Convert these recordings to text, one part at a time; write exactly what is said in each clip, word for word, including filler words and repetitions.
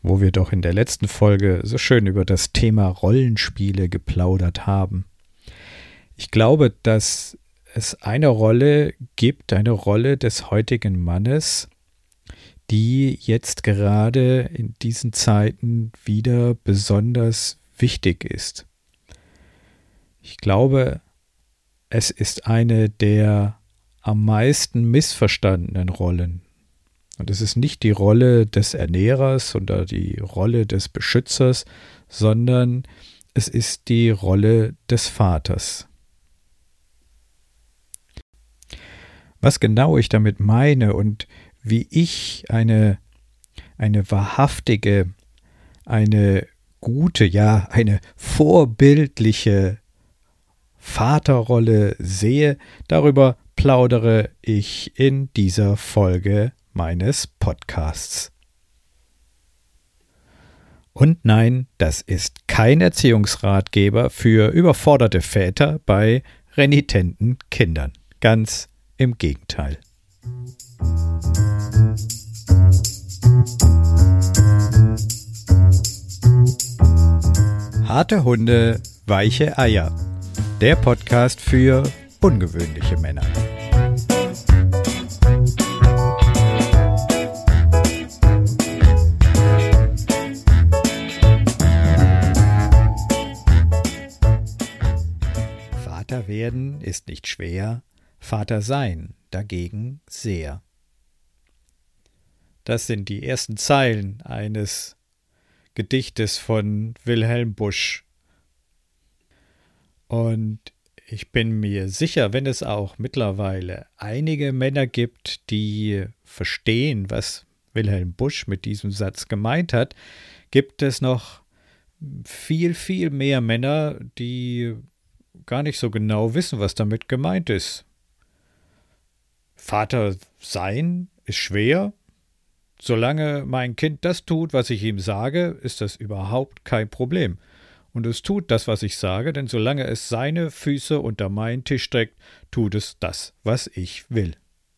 wo wir doch in der letzten Folge so schön über das Thema Rollenspiele geplaudert haben. Ich glaube, dass es eine Rolle gibt, eine Rolle des heutigen Mannes, die jetzt gerade in diesen Zeiten wieder besonders wichtig ist. Ich glaube, es ist eine der am meisten missverstandenen Rollen. Und es ist nicht die Rolle des Ernährers oder die Rolle des Beschützers, sondern es ist die Rolle des Vaters. Was genau ich damit meine und wie ich eine, eine wahrhaftige, eine gute, ja, eine vorbildliche Vaterrolle sehe, darüber plaudere ich in dieser Folge meines Podcasts. Und nein, das ist kein Erziehungsratgeber für überforderte Väter bei renitenten Kindern. Ganz im Gegenteil. Harte Hunde, weiche Eier. Der Podcast für ungewöhnliche Männer. Vater werden ist nicht schwer, Vater sein dagegen sehr. Das sind die ersten Zeilen eines Gedichtes von Wilhelm Busch. Und ich bin mir sicher, wenn es auch mittlerweile einige Männer gibt, die verstehen, was Wilhelm Busch mit diesem Satz gemeint hat, gibt es noch viel, viel mehr Männer, die gar nicht so genau wissen, was damit gemeint ist. Vater sein ist schwer. Solange mein Kind das tut, was ich ihm sage, ist das überhaupt kein Problem. Und es tut das, was ich sage, denn solange es seine Füße unter meinen Tisch streckt, tut es das, was ich will.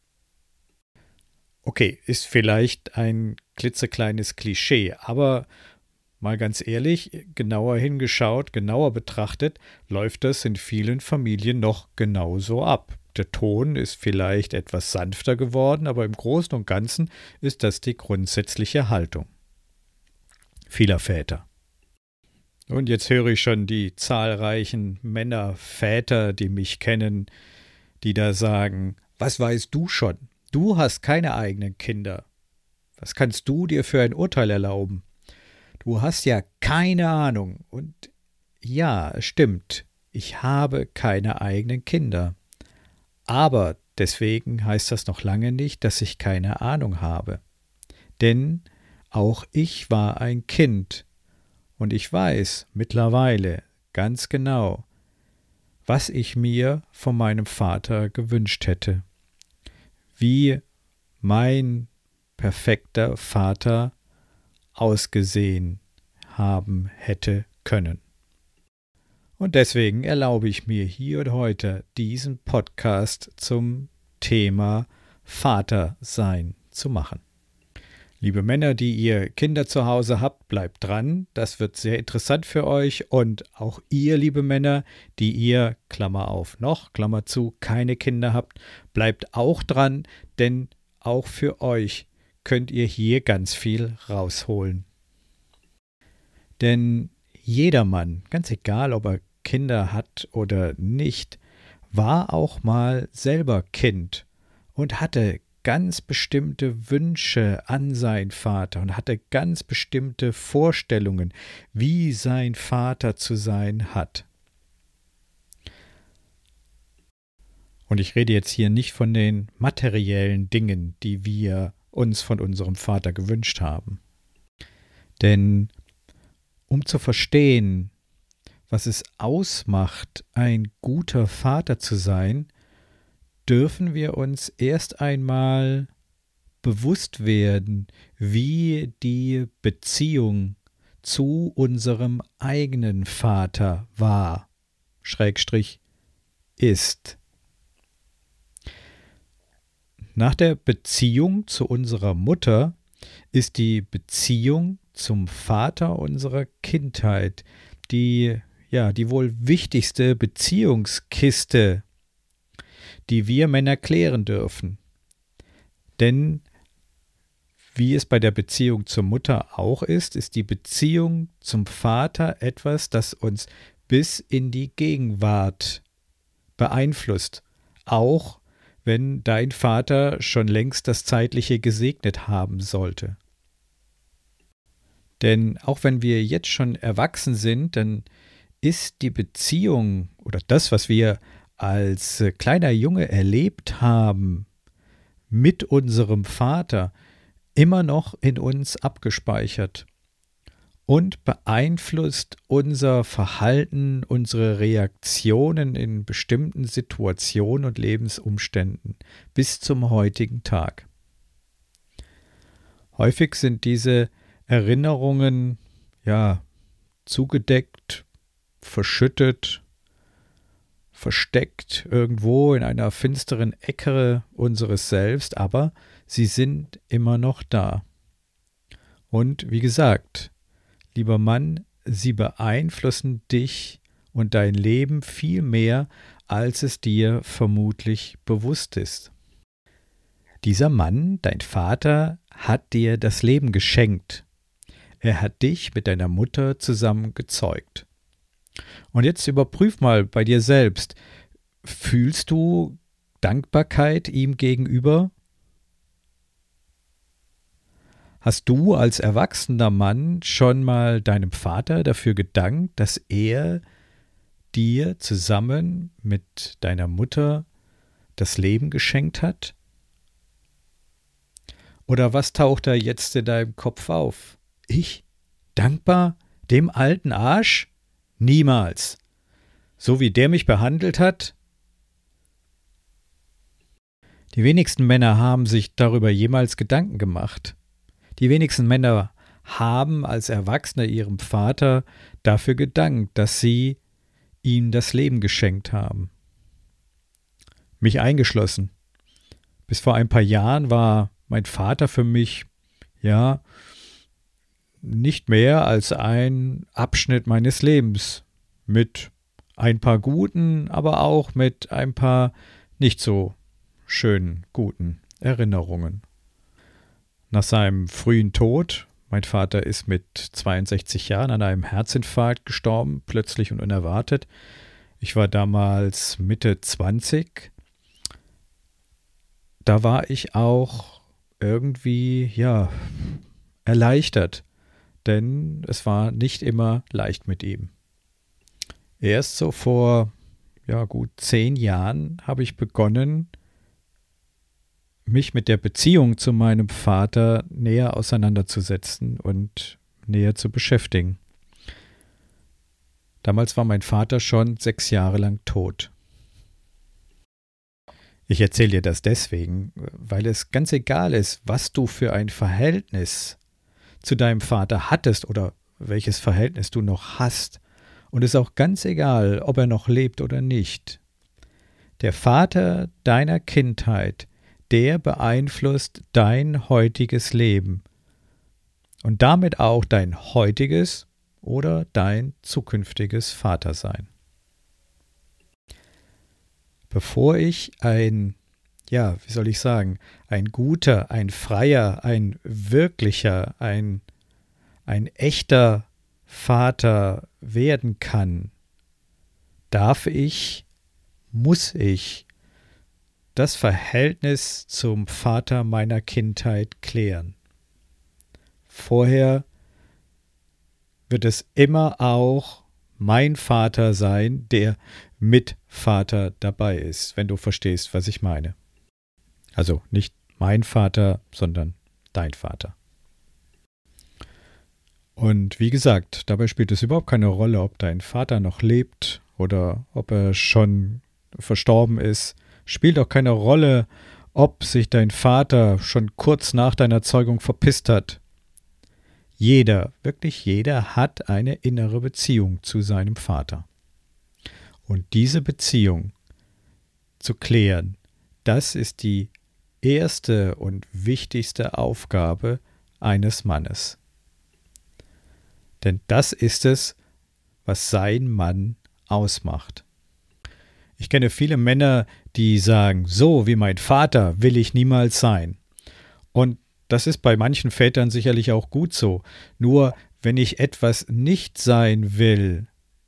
Okay, ist vielleicht ein klitzekleines Klischee, aber mal ganz ehrlich, genauer hingeschaut, genauer betrachtet, läuft das in vielen Familien noch genauso ab. Der Ton ist vielleicht etwas sanfter geworden, aber im Großen und Ganzen ist das die grundsätzliche Haltung vieler Väter. Und jetzt höre ich schon die zahlreichen Männer, Väter, die mich kennen, die da sagen, was weißt du schon? Du hast keine eigenen Kinder. Was kannst du dir für ein Urteil erlauben? Du hast ja keine Ahnung. Und ja, es stimmt, ich habe keine eigenen Kinder. Aber deswegen heißt das noch lange nicht, dass ich keine Ahnung habe. Denn auch ich war ein Kind. Und ich weiß mittlerweile ganz genau, was ich mir von meinem Vater gewünscht hätte. Wie mein perfekter Vater ausgesehen haben hätte können. Und deswegen erlaube ich mir hier und heute diesen Podcast zum Thema Vatersein zu machen. Liebe Männer, die ihr Kinder zu Hause habt, bleibt dran, das wird sehr interessant für euch. Und auch ihr, liebe Männer, die ihr, Klammer auf, noch, Klammer zu, keine Kinder habt, bleibt auch dran, denn auch für euch könnt ihr hier ganz viel rausholen. Denn jeder Mann, ganz egal, ob er Kinder hat oder nicht, war auch mal selber Kind und hatte ganz bestimmte Wünsche an seinen Vater und hatte ganz bestimmte Vorstellungen, wie sein Vater zu sein hat. Und ich rede jetzt hier nicht von den materiellen Dingen, die wir uns von unserem Vater gewünscht haben. Denn um zu verstehen, was es ausmacht, ein guter Vater zu sein, dürfen wir uns erst einmal bewusst werden, wie die Beziehung zu unserem eigenen Vater war, Schrägstrich ist. Nach der Beziehung zu unserer Mutter ist die Beziehung zum Vater unserer Kindheit, die, ja, die wohl wichtigste Beziehungskiste, die wir Männer klären dürfen. Denn wie es bei der Beziehung zur Mutter auch ist, ist die Beziehung zum Vater etwas, das uns bis in die Gegenwart beeinflusst, auch wenn dein Vater schon längst das Zeitliche gesegnet haben sollte. Denn auch wenn wir jetzt schon erwachsen sind, dann ist die Beziehung oder das, was wir als kleiner Junge erlebt haben mit unserem Vater, immer noch in uns abgespeichert und beeinflusst unser Verhalten, unsere Reaktionen in bestimmten Situationen und Lebensumständen bis zum heutigen Tag. Häufig sind diese Erinnerungen ja zugedeckt, verschüttet, versteckt irgendwo in einer finsteren Ecke unseres Selbst, aber sie sind immer noch da. Und wie gesagt, lieber Mann, sie beeinflussen dich und dein Leben viel mehr, als es dir vermutlich bewusst ist. Dieser Mann, dein Vater, hat dir das Leben geschenkt. Er hat dich mit deiner Mutter zusammen gezeugt. Und jetzt überprüf mal bei dir selbst, fühlst du Dankbarkeit ihm gegenüber? Hast du als erwachsener Mann schon mal deinem Vater dafür gedankt, dass er dir zusammen mit deiner Mutter das Leben geschenkt hat? Oder was taucht da jetzt in deinem Kopf auf? Ich? Dankbar? Dem alten Arsch? Niemals. So wie der mich behandelt hat? Die wenigsten Männer haben sich darüber jemals Gedanken gemacht. Die wenigsten Männer haben als Erwachsene ihrem Vater dafür gedankt, dass sie ihm das Leben geschenkt haben. Mich eingeschlossen. Bis vor ein paar Jahren war mein Vater für mich, ja, nicht mehr als ein Abschnitt meines Lebens mit ein paar guten, aber auch mit ein paar nicht so schönen, guten Erinnerungen. Nach seinem frühen Tod, mein Vater ist mit zweiundsechzig Jahren an einem Herzinfarkt gestorben, plötzlich und unerwartet. Ich war damals Mitte zwanzig. Da war ich auch irgendwie, ja, erleichtert. Denn es war nicht immer leicht mit ihm. Erst so vor ja, gut zehn Jahren habe ich begonnen, mich mit der Beziehung zu meinem Vater näher auseinanderzusetzen und näher zu beschäftigen. Damals war mein Vater schon sechs Jahre lang tot. Ich erzähle dir das deswegen, weil es ganz egal ist, was du für ein Verhältnis zu deinem Vater hattest oder welches Verhältnis du noch hast. Und es ist auch ganz egal, ob er noch lebt oder nicht. Der Vater deiner Kindheit, der beeinflusst dein heutiges Leben und damit auch dein heutiges oder dein zukünftiges Vatersein. Bevor ich ein ja, wie soll ich sagen, ein guter, ein freier, ein wirklicher, ein, ein echter Vater werden kann, darf ich, muss ich das Verhältnis zum Vater meiner Kindheit klären. Vorher wird es immer auch mein Vater sein, der mit Vater dabei ist, wenn du verstehst, was ich meine. Also nicht mein Vater, sondern dein Vater. Und wie gesagt, dabei spielt es überhaupt keine Rolle, ob dein Vater noch lebt oder ob er schon verstorben ist. Spielt auch keine Rolle, ob sich dein Vater schon kurz nach deiner Zeugung verpisst hat. Jeder, wirklich jeder hat eine innere Beziehung zu seinem Vater. Und diese Beziehung zu klären, das ist die erste und wichtigste Aufgabe eines Mannes. Denn das ist es, was sein Mann ausmacht. Ich kenne viele Männer, die sagen, so wie mein Vater will ich niemals sein. Und das ist bei manchen Vätern sicherlich auch gut so. Nur wenn ich etwas nicht sein will,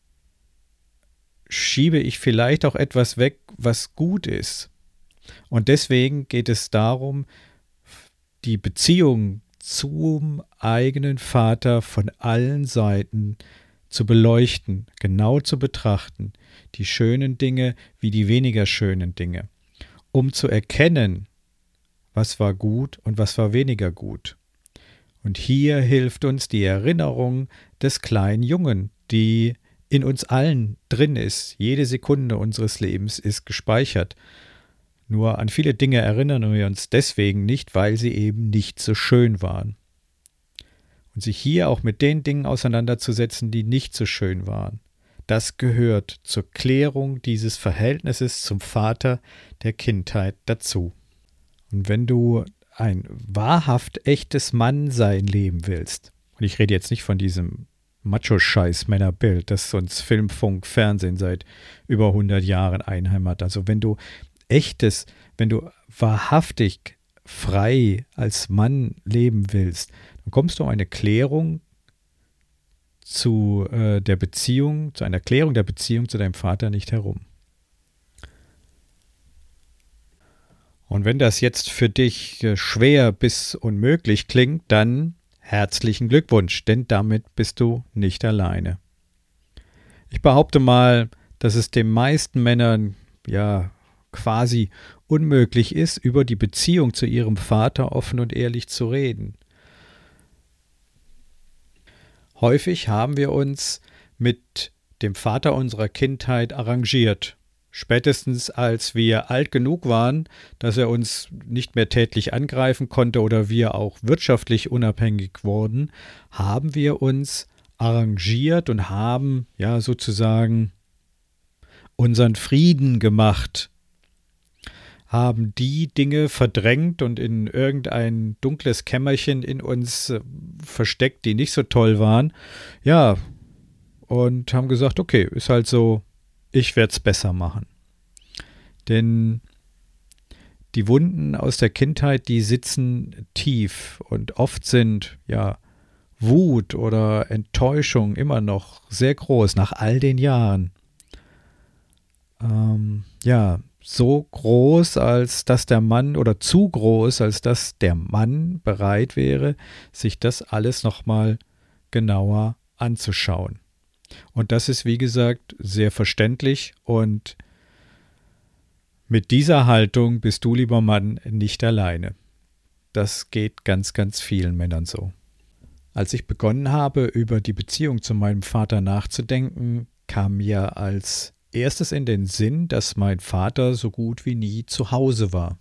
schiebe ich vielleicht auch etwas weg, was gut ist. Und deswegen geht es darum, die Beziehung zum eigenen Vater von allen Seiten zu beleuchten, genau zu betrachten, die schönen Dinge wie die weniger schönen Dinge, um zu erkennen, was war gut und was war weniger gut. Und hier hilft uns die Erinnerung des kleinen Jungen, die in uns allen drin ist. Jede Sekunde unseres Lebens ist gespeichert. Nur an viele Dinge erinnern wir uns deswegen nicht, weil sie eben nicht so schön waren. Und sich hier auch mit den Dingen auseinanderzusetzen, die nicht so schön waren, das gehört zur Klärung dieses Verhältnisses zum Vater der Kindheit dazu. Und wenn du ein wahrhaft echtes Mannsein leben willst, und ich rede jetzt nicht von diesem Macho-Scheiß-Männerbild, das uns Film, Funk, Fernsehen seit über hundert Jahren einheimat. Also wenn du echtes, wenn du wahrhaftig frei als Mann leben willst, dann kommst du um eine Klärung zu äh, der Beziehung, zu einer Klärung der Beziehung zu deinem Vater nicht herum. Und wenn das jetzt für dich äh, schwer bis unmöglich klingt, dann herzlichen Glückwunsch, denn damit bist du nicht alleine. Ich behaupte mal, dass es den meisten Männern ja quasi unmöglich ist, über die Beziehung zu ihrem Vater offen und ehrlich zu reden. Häufig haben wir uns mit dem Vater unserer Kindheit arrangiert. Spätestens als wir alt genug waren, dass er uns nicht mehr tätlich angreifen konnte oder wir auch wirtschaftlich unabhängig wurden, haben wir uns arrangiert und haben ja sozusagen unseren Frieden gemacht, haben die Dinge verdrängt und in irgendein dunkles Kämmerchen in uns äh, versteckt, die nicht so toll waren. Ja, und haben gesagt, okay, ist halt so, ich werde es besser machen. Denn die Wunden aus der Kindheit, die sitzen tief und oft sind ja Wut oder Enttäuschung immer noch sehr groß nach all den Jahren. Ähm, ja, so groß, als dass der Mann oder zu groß, als dass der Mann bereit wäre, sich das alles nochmal genauer anzuschauen. Und das ist, wie gesagt, sehr verständlich und mit dieser Haltung bist du, lieber Mann, nicht alleine. Das geht ganz, ganz vielen Männern so. Als ich begonnen habe, über die Beziehung zu meinem Vater nachzudenken, kam mir als erstes in den Sinn, dass mein Vater so gut wie nie zu Hause war.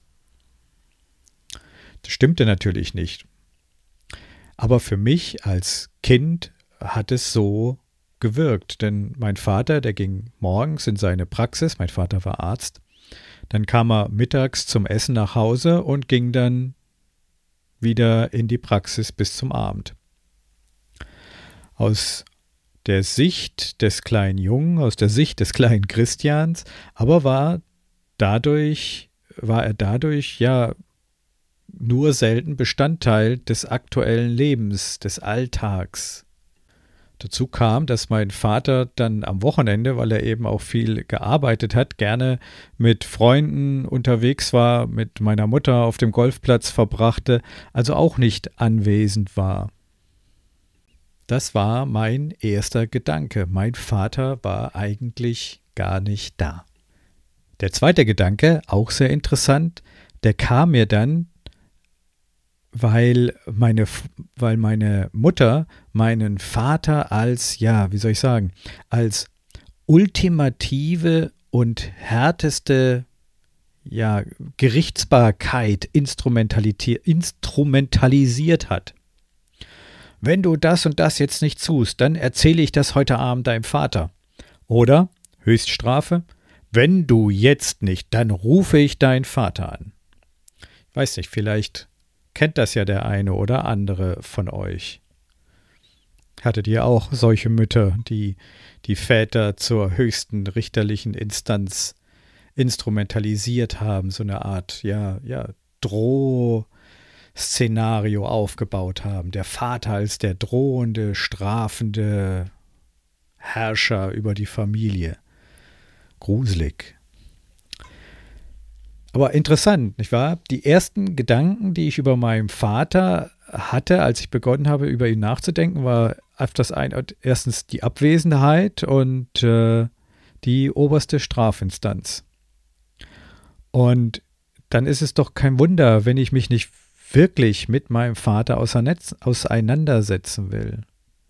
Das stimmte natürlich nicht. Aber für mich als Kind hat es so gewirkt, denn mein Vater, der ging morgens in seine Praxis, mein Vater war Arzt, dann kam er mittags zum Essen nach Hause und ging dann wieder in die Praxis bis zum Abend. Aus der Sicht des kleinen Jungen, aus der Sicht des kleinen Christians, aber war dadurch, war er dadurch ja nur selten Bestandteil des aktuellen Lebens, des Alltags. Dazu kam, dass mein Vater dann am Wochenende, weil er eben auch viel gearbeitet hat, gerne mit Freunden unterwegs war, mit meiner Mutter auf dem Golfplatz verbrachte, also auch nicht anwesend war. Das war mein erster Gedanke. Mein Vater war eigentlich gar nicht da. Der zweite Gedanke, auch sehr interessant, der kam mir dann, weil meine, weil meine Mutter meinen Vater als, ja, wie soll ich sagen, als ultimative und härteste, ja, Gerichtsbarkeit instrumentalisiert hat. Wenn du das und das jetzt nicht tust, dann erzähle ich das heute Abend deinem Vater. Oder, Höchststrafe, wenn du jetzt nicht, dann rufe ich deinen Vater an. Ich weiß nicht, vielleicht kennt das ja der eine oder andere von euch. Hattet ihr auch solche Mütter, die die Väter zur höchsten richterlichen Instanz instrumentalisiert haben, so eine Art, ja, ja, Drohszenario aufgebaut haben. Der Vater als der drohende, strafende Herrscher über die Familie. Gruselig. Aber interessant, nicht wahr? Die ersten Gedanken, die ich über meinen Vater hatte, als ich begonnen habe, über ihn nachzudenken, war öfters ein, erstens die Abwesenheit und äh, die oberste Strafinstanz. Und dann ist es doch kein Wunder, wenn ich mich nicht wirklich mit meinem Vater auseinandersetzen will.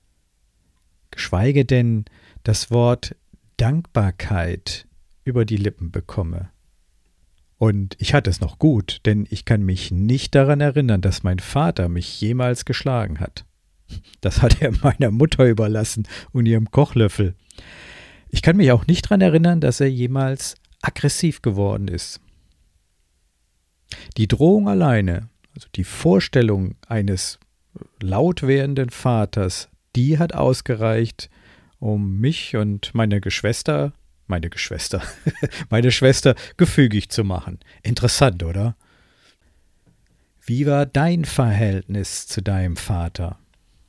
Geschweige denn das Wort Dankbarkeit über die Lippen bekomme. Und ich hatte es noch gut, denn ich kann mich nicht daran erinnern, dass mein Vater mich jemals geschlagen hat. Das hat er meiner Mutter überlassen und ihrem Kochlöffel. Ich kann mich auch nicht daran erinnern, dass er jemals aggressiv geworden ist. Die Drohung alleine, also die Vorstellung eines laut werdenden Vaters, die hat ausgereicht, um mich und meine Geschwister Meine Geschwister, meine Schwester gefügig zu machen. Interessant, oder? Wie war dein Verhältnis zu deinem Vater?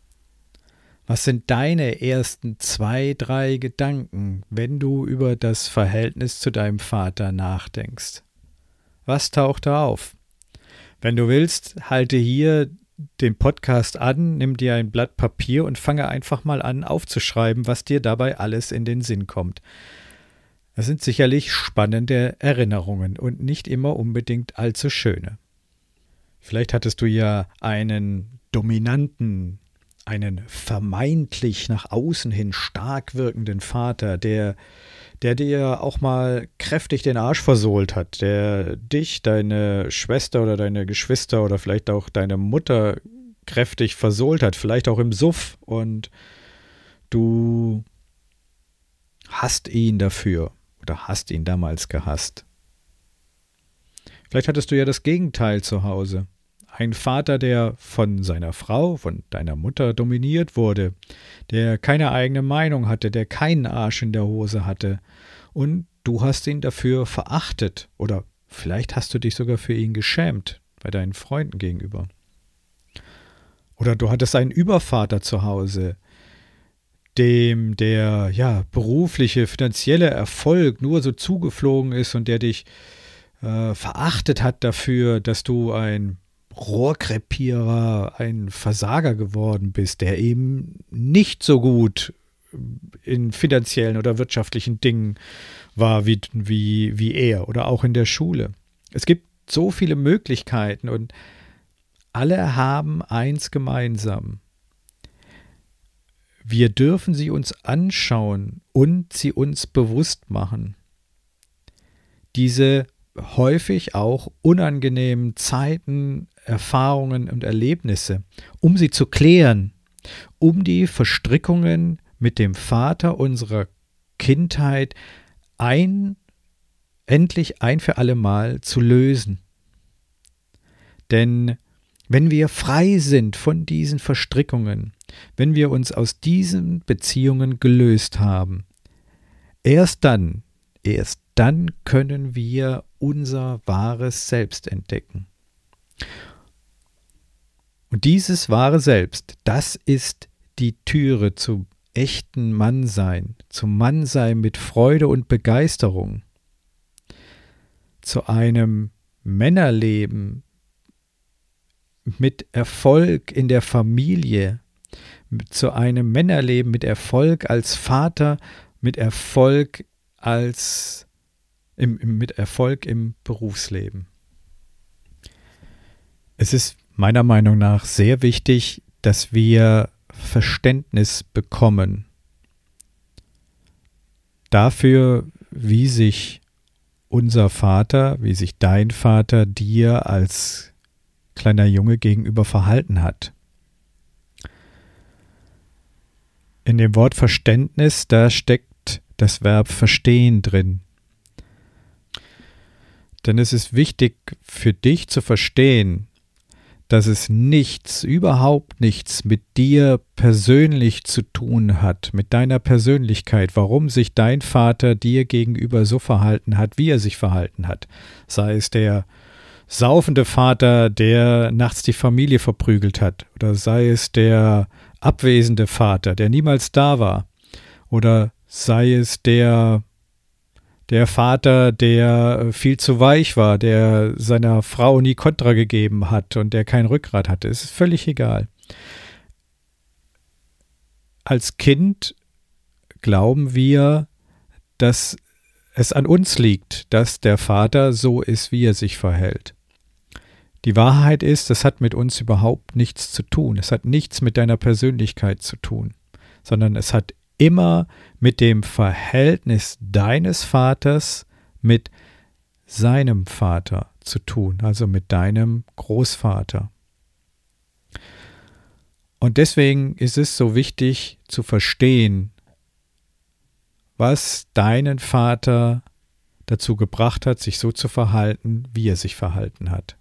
Was sind deine ersten zwei, drei Gedanken, wenn du über das Verhältnis zu deinem Vater nachdenkst? Was taucht da auf? Wenn du willst, halte hier den Podcast an, nimm dir ein Blatt Papier und fange einfach mal an aufzuschreiben, was dir dabei alles in den Sinn kommt. Es sind sicherlich spannende Erinnerungen und nicht immer unbedingt allzu schöne. Vielleicht hattest du ja einen dominanten, einen vermeintlich nach außen hin stark wirkenden Vater, der, der dir auch mal kräftig den Arsch versohlt hat, der dich, deine Schwester oder deine Geschwister oder vielleicht auch deine Mutter kräftig versohlt hat, vielleicht auch im Suff, und du hasst ihn dafür. Oder hast ihn damals gehasst. Vielleicht hattest du ja das Gegenteil zu Hause. Ein Vater, der von seiner Frau, von deiner Mutter dominiert wurde, der keine eigene Meinung hatte, der keinen Arsch in der Hose hatte. Und du hast ihn dafür verachtet. Oder vielleicht hast du dich sogar für ihn geschämt, bei deinen Freunden gegenüber. Oder du hattest einen Übervater zu Hause, dem der ja berufliche, finanzielle Erfolg nur so zugeflogen ist und der dich äh, verachtet hat dafür, dass du ein Rohrkrepierer, ein Versager geworden bist, der eben nicht so gut in finanziellen oder wirtschaftlichen Dingen war wie, wie, wie er oder auch in der Schule. Es gibt so viele Möglichkeiten und alle haben eins gemeinsam. Wir dürfen sie uns anschauen und sie uns bewusst machen. Diese häufig auch unangenehmen Zeiten, Erfahrungen und Erlebnisse, um sie zu klären, um die Verstrickungen mit dem Vater unserer Kindheit ein, endlich ein für alle Mal zu lösen. Denn wenn wir frei sind von diesen Verstrickungen, wenn wir uns aus diesen Beziehungen gelöst haben, erst dann, erst dann können wir unser wahres Selbst entdecken. Und dieses wahre Selbst, das ist die Türe zum echten Mannsein, zum Mannsein mit Freude und Begeisterung, zu einem Männerleben mit Erfolg in der Familie, zu einem Männerleben mit Erfolg als Vater, mit Erfolg als im, im, mit Erfolg im Berufsleben. Es ist meiner Meinung nach sehr wichtig, dass wir Verständnis bekommen dafür, wie sich unser Vater, wie sich dein Vater dir als kleiner Junge gegenüber verhalten hat. In dem Wort Verständnis, da steckt das Verb verstehen drin. Denn es ist wichtig für dich zu verstehen, dass es nichts, überhaupt nichts mit dir persönlich zu tun hat, mit deiner Persönlichkeit, warum sich dein Vater dir gegenüber so verhalten hat, wie er sich verhalten hat. Sei es der saufende Vater, der nachts die Familie verprügelt hat, oder sei es der abwesende Vater, der niemals da war, oder sei es der Der Vater, der viel zu weich war, der seiner Frau nie Kontra gegeben hat und der kein Rückgrat hatte. Es ist völlig egal. Als Kind glauben wir, dass es an uns liegt, dass der Vater so ist, wie er sich verhält. Die Wahrheit ist, das hat mit uns überhaupt nichts zu tun. Es hat nichts mit deiner Persönlichkeit zu tun, sondern es hat immer mit dem Verhältnis deines Vaters mit seinem Vater zu tun, also mit deinem Großvater. Und deswegen ist es so wichtig zu verstehen, was deinen Vater dazu gebracht hat, sich so zu verhalten, wie er sich verhalten hat.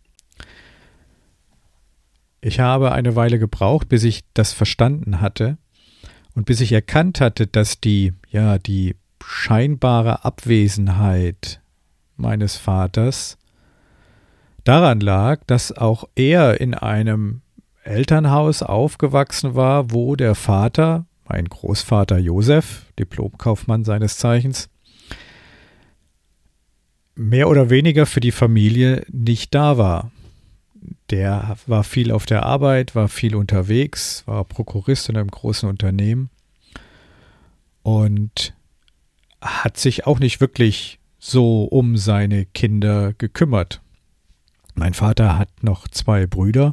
Ich habe eine Weile gebraucht, bis ich das verstanden hatte. Und bis ich erkannt hatte, dass die, ja, die scheinbare Abwesenheit meines Vaters daran lag, dass auch er in einem Elternhaus aufgewachsen war, wo der Vater, mein Großvater Josef, Diplomkaufmann seines Zeichens, mehr oder weniger für die Familie nicht da war. Der war viel auf der Arbeit, war viel unterwegs, war Prokurist in einem großen Unternehmen und hat sich auch nicht wirklich so um seine Kinder gekümmert. Mein Vater hat noch zwei Brüder.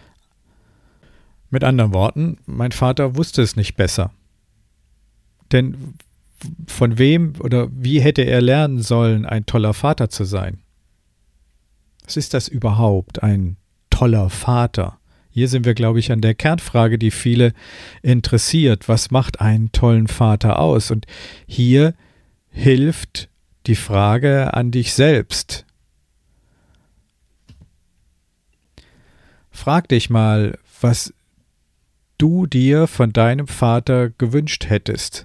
Mit anderen Worten, mein Vater wusste es nicht besser. Denn von wem oder wie hätte er lernen sollen, ein toller Vater zu sein? Was ist das überhaupt, ein toller Vater? Hier sind wir, glaube ich, an der Kernfrage, die viele interessiert. Was macht einen tollen Vater aus? Und hier hilft die Frage an dich selbst. Frag dich mal, was du dir von deinem Vater gewünscht hättest.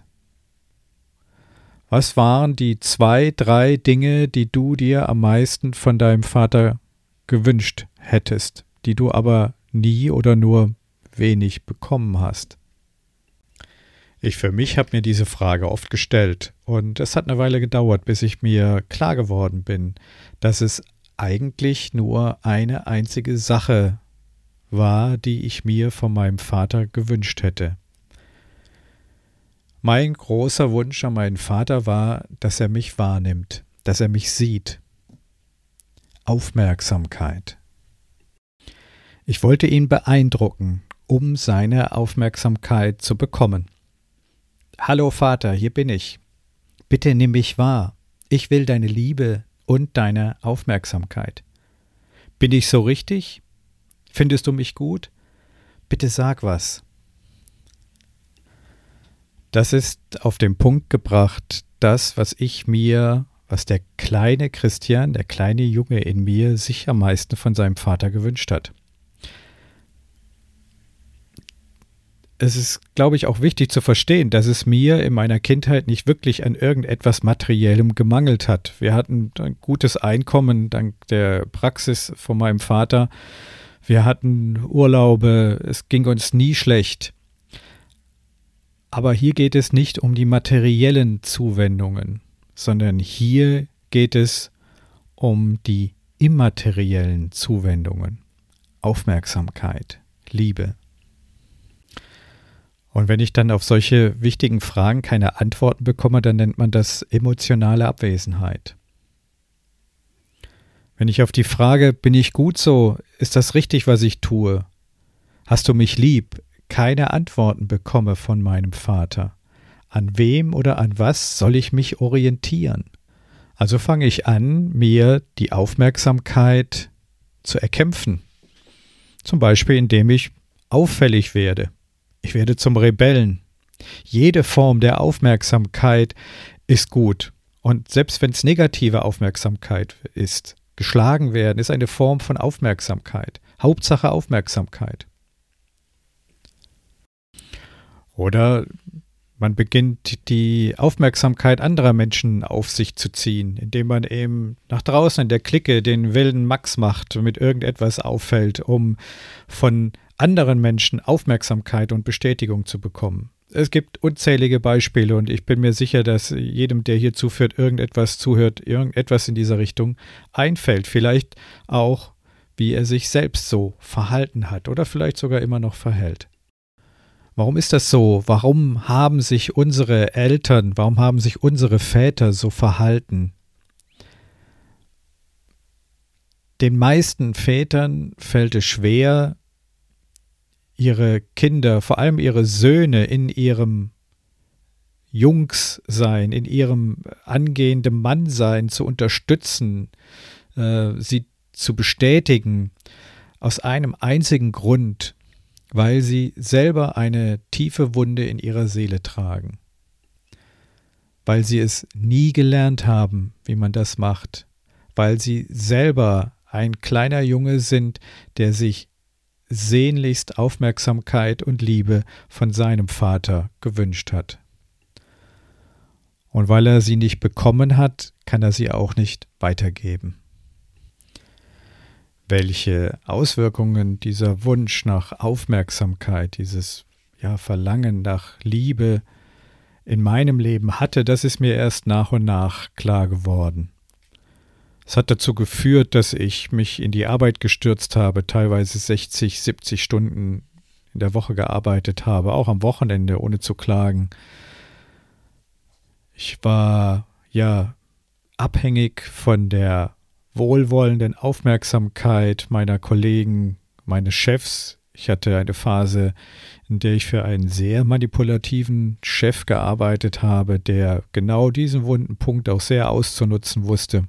Was waren die zwei, drei Dinge, die du dir am meisten von deinem Vater gewünscht hättest, die du aber nie oder nur wenig bekommen hast? Ich für mich habe mir diese Frage oft gestellt und es hat eine Weile gedauert, bis ich mir klar geworden bin, dass es eigentlich nur eine einzige Sache war, die ich mir von meinem Vater gewünscht hätte. Mein großer Wunsch an meinen Vater war, dass er mich wahrnimmt, dass er mich sieht. Aufmerksamkeit. Ich wollte ihn beeindrucken, um seine Aufmerksamkeit zu bekommen. Hallo Vater, hier bin ich. Bitte nimm mich wahr. Ich will deine Liebe und deine Aufmerksamkeit. Bin ich so richtig? Findest du mich gut? Bitte sag was. Das ist auf den Punkt gebracht, das, was ich mir, was der kleine Christian, der kleine Junge in mir sich am meisten von seinem Vater gewünscht hat. Es ist, glaube ich, auch wichtig zu verstehen, dass es mir in meiner Kindheit nicht wirklich an irgendetwas Materiellem gemangelt hat. Wir hatten ein gutes Einkommen dank der Praxis von meinem Vater. Wir hatten Urlaube, es ging uns nie schlecht. Aber hier geht es nicht um die materiellen Zuwendungen, sondern hier geht es um die immateriellen Zuwendungen. Aufmerksamkeit, Liebe. Und wenn ich dann auf solche wichtigen Fragen keine Antworten bekomme, dann nennt man das emotionale Abwesenheit. Wenn ich auf die Frage, bin ich gut so, ist das richtig, was ich tue, hast du mich lieb, keine Antworten bekomme von meinem Vater, an wem oder an was soll ich mich orientieren? Also fange ich an, mir die Aufmerksamkeit zu erkämpfen. Zum Beispiel, indem ich auffällig werde. Ich werde zum Rebellen. Jede Form der Aufmerksamkeit ist gut. Und selbst wenn es negative Aufmerksamkeit ist, geschlagen werden, ist eine Form von Aufmerksamkeit. Hauptsache Aufmerksamkeit. Oder man beginnt die Aufmerksamkeit anderer Menschen auf sich zu ziehen, indem man eben nach draußen in der Clique den wilden Max macht und mit irgendetwas auffällt, um von anderen Menschen Aufmerksamkeit und Bestätigung zu bekommen. Es gibt unzählige Beispiele und ich bin mir sicher, dass jedem, der hier zuhört, irgendetwas zuhört, irgendetwas in dieser Richtung einfällt. Vielleicht auch, wie er sich selbst so verhalten hat oder vielleicht sogar immer noch verhält. Warum ist das so? Warum haben sich unsere Eltern, warum haben sich unsere Väter so verhalten? Den meisten Vätern fällt es schwer, ihre Kinder, vor allem ihre Söhne in ihrem Jungssein, in ihrem angehenden Mannsein zu unterstützen, äh, sie zu bestätigen, aus einem einzigen Grund, weil sie selber eine tiefe Wunde in ihrer Seele tragen, weil sie es nie gelernt haben, wie man das macht, weil sie selber ein kleiner Junge sind, der sich sehnlichst Aufmerksamkeit und Liebe von seinem Vater gewünscht hat. Und weil er sie nicht bekommen hat, kann er sie auch nicht weitergeben. Welche Auswirkungen dieser Wunsch nach Aufmerksamkeit, dieses ja, Verlangen nach Liebe in meinem Leben hatte, das ist mir erst nach und nach klar geworden. Es hat dazu geführt, dass ich mich in die Arbeit gestürzt habe, teilweise sechzig, siebzig Stunden in der Woche gearbeitet habe, auch am Wochenende, ohne zu klagen. Ich war ja abhängig von der wohlwollenden Aufmerksamkeit meiner Kollegen, meines Chefs. Ich hatte eine Phase, in der ich für einen sehr manipulativen Chef gearbeitet habe, der genau diesen wunden Punkt auch sehr auszunutzen wusste.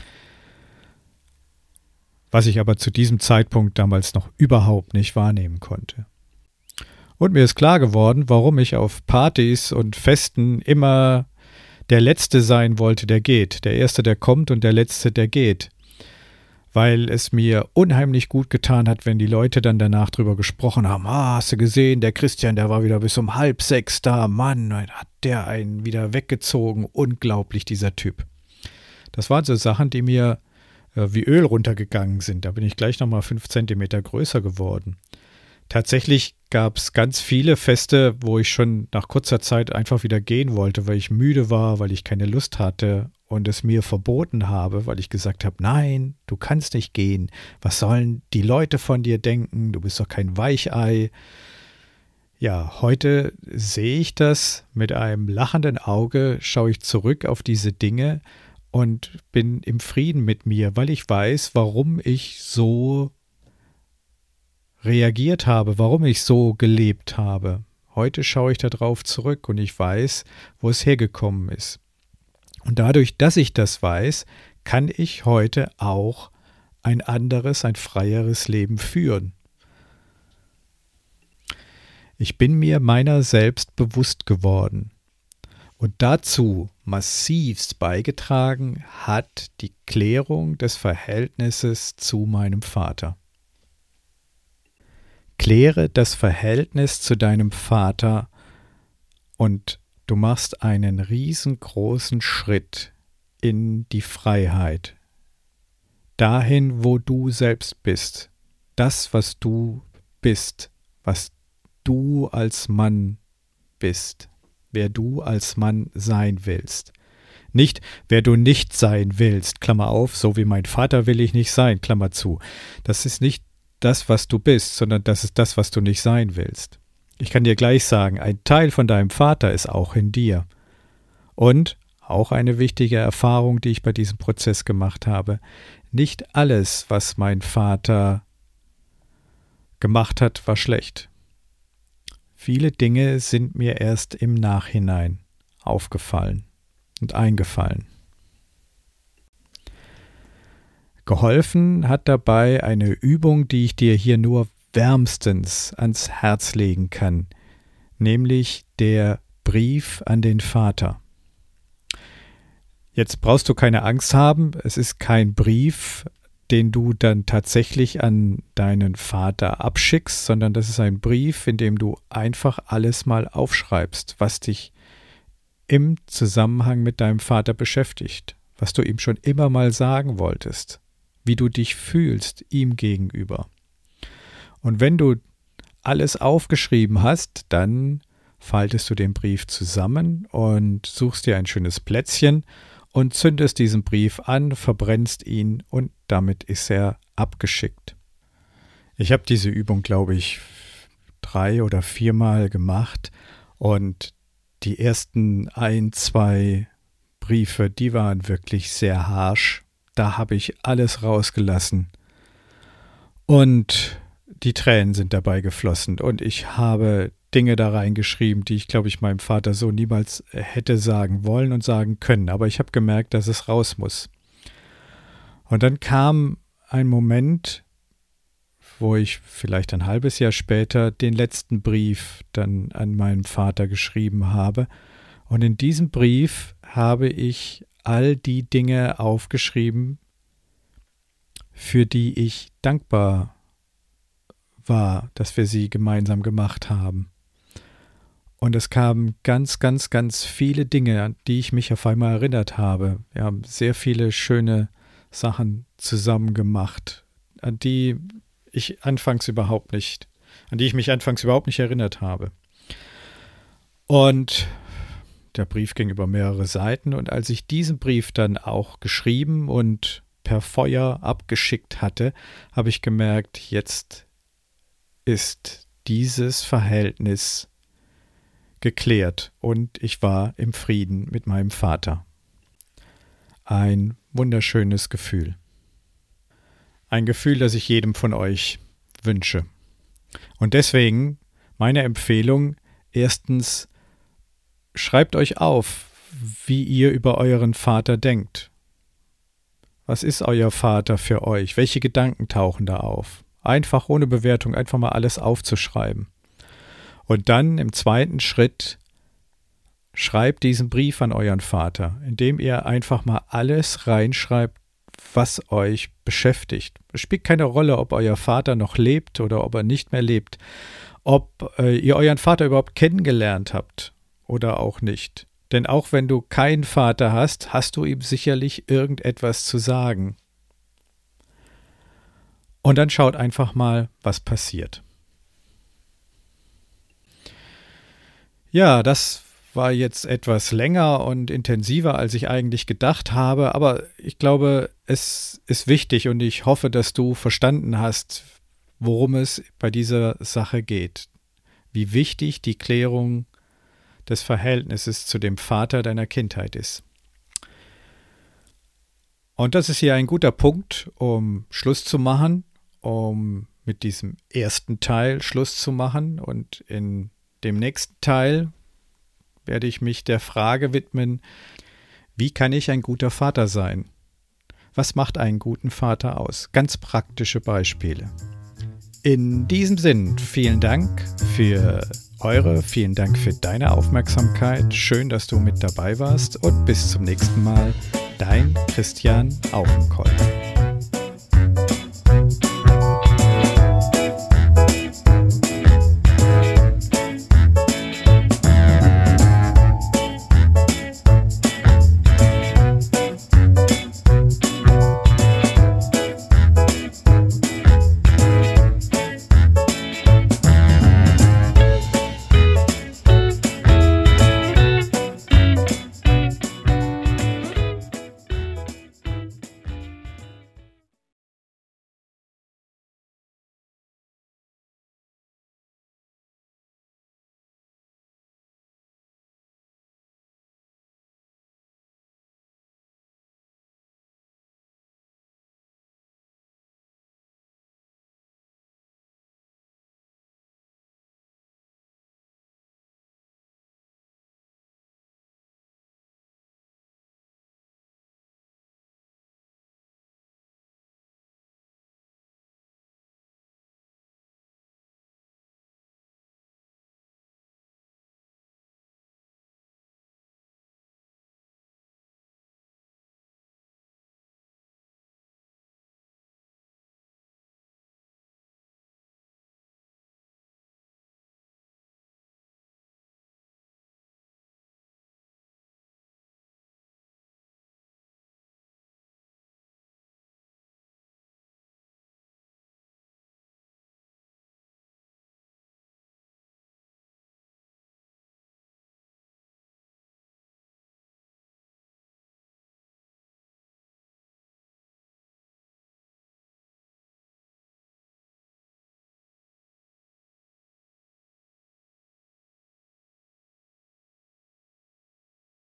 Was ich aber zu diesem Zeitpunkt damals noch überhaupt nicht wahrnehmen konnte. Und mir ist klar geworden, warum ich auf Partys und Festen immer der Letzte sein wollte, der geht. Der Erste, der kommt und der Letzte, der geht. Weil es mir unheimlich gut getan hat, wenn die Leute dann danach drüber gesprochen haben. Ah, hast du gesehen, der Christian, der war wieder bis um halb sechs da. Mann, hat der einen wieder weggezogen. Unglaublich, dieser Typ. Das waren so Sachen, die mir äh, wie Öl runtergegangen sind. Da bin ich gleich nochmal fünf Zentimeter größer geworden. Tatsächlich gab es ganz viele Feste, wo ich schon nach kurzer Zeit einfach wieder gehen wollte, weil ich müde war, weil ich keine Lust hatte und es mir verboten habe, weil ich gesagt habe, nein, du kannst nicht gehen. Was sollen die Leute von dir denken? Du bist doch kein Weichei. Ja, heute sehe ich das mit einem lachenden Auge, schaue ich zurück auf diese Dinge und bin im Frieden mit mir, weil ich weiß, warum ich so reagiert habe, warum ich so gelebt habe. Heute schaue ich darauf zurück und ich weiß, wo es hergekommen ist. Und dadurch, dass ich das weiß, kann ich heute auch ein anderes, ein freieres Leben führen. Ich bin mir meiner selbst bewusst geworden. Und dazu massivst beigetragen hat die Klärung des Verhältnisses zu meinem Vater. Kläre das Verhältnis zu deinem Vater und du machst einen riesengroßen Schritt in die Freiheit. Dahin, wo du selbst bist. Das, was du bist, was du als Mann bist. Wer du als Mann sein willst. Nicht, wer du nicht sein willst, Klammer auf, so wie mein Vater will ich nicht sein, Klammer zu. Das ist nicht das, was du bist, sondern das ist das, was du nicht sein willst. Ich kann dir gleich sagen, ein Teil von deinem Vater ist auch in dir. Und, auch eine wichtige Erfahrung, die ich bei diesem Prozess gemacht habe, nicht alles, was mein Vater gemacht hat, war schlecht. Viele Dinge sind mir erst im Nachhinein aufgefallen und eingefallen. Geholfen hat dabei eine Übung, die ich dir hier nur wärmstens ans Herz legen kann, nämlich der Brief an den Vater. Jetzt brauchst du keine Angst haben, es ist kein Brief, den du dann tatsächlich an deinen Vater abschickst, sondern das ist ein Brief, in dem du einfach alles mal aufschreibst, was dich im Zusammenhang mit deinem Vater beschäftigt, was du ihm schon immer mal sagen wolltest, wie du dich fühlst ihm gegenüber. Und wenn du alles aufgeschrieben hast, dann faltest du den Brief zusammen und suchst dir ein schönes Plätzchen und zündest diesen Brief an, verbrennst ihn und damit ist er abgeschickt. Ich habe diese Übung, glaube ich, drei oder viermal gemacht und die ersten ein, zwei Briefe, die waren wirklich sehr harsch. Da habe ich alles rausgelassen und die Tränen sind dabei geflossen und ich habe Dinge da reingeschrieben, die ich, glaube ich, meinem Vater so niemals hätte sagen wollen und sagen können. Aber ich habe gemerkt, dass es raus muss. Und dann kam ein Moment, wo ich vielleicht ein halbes Jahr später den letzten Brief dann an meinen Vater geschrieben habe. Und in diesem Brief habe ich all die Dinge aufgeschrieben, für die ich dankbar war, dass wir sie gemeinsam gemacht haben. Und es kamen ganz, ganz, ganz viele Dinge, an die ich mich auf einmal erinnert habe. Wir haben sehr viele schöne Sachen zusammen gemacht, an die ich anfangs überhaupt nicht, an die ich mich anfangs überhaupt nicht erinnert habe. Und der Brief ging über mehrere Seiten und als ich diesen Brief dann auch geschrieben und per Feuer abgeschickt hatte, habe ich gemerkt, jetzt ist dieses Verhältnis geklärt und ich war im Frieden mit meinem Vater. Ein wunderschönes Gefühl. Ein Gefühl, das ich jedem von euch wünsche. Und deswegen meine Empfehlung, erstens, schreibt euch auf, wie ihr über euren Vater denkt. Was ist euer Vater für euch? Welche Gedanken tauchen da auf? Einfach ohne Bewertung, einfach mal alles aufzuschreiben. Und dann im zweiten Schritt schreibt diesen Brief an euren Vater, indem ihr einfach mal alles reinschreibt, was euch beschäftigt. Es spielt keine Rolle, ob euer Vater noch lebt oder ob er nicht mehr lebt, ob äh, ihr euren Vater überhaupt kennengelernt habt oder auch nicht. Denn auch wenn du keinen Vater hast, hast du ihm sicherlich irgendetwas zu sagen. Und dann schaut einfach mal, was passiert. Ja, das war jetzt etwas länger und intensiver, als ich eigentlich gedacht habe, aber ich glaube, es ist wichtig und ich hoffe, dass du verstanden hast, worum es bei dieser Sache geht. Wie wichtig die Klärung des Verhältnisses zu dem Vater deiner Kindheit ist. Und das ist hier ein guter Punkt, um Schluss zu machen, um mit diesem ersten Teil Schluss zu machen. Und in dem nächsten Teil werde ich mich der Frage widmen, wie kann ich ein guter Vater sein? Was macht einen guten Vater aus? Ganz praktische Beispiele. In diesem Sinn, vielen Dank für eure, vielen Dank für deine Aufmerksamkeit. Schön, dass du mit dabei warst und bis zum nächsten Mal. Dein Christian Augenkolb.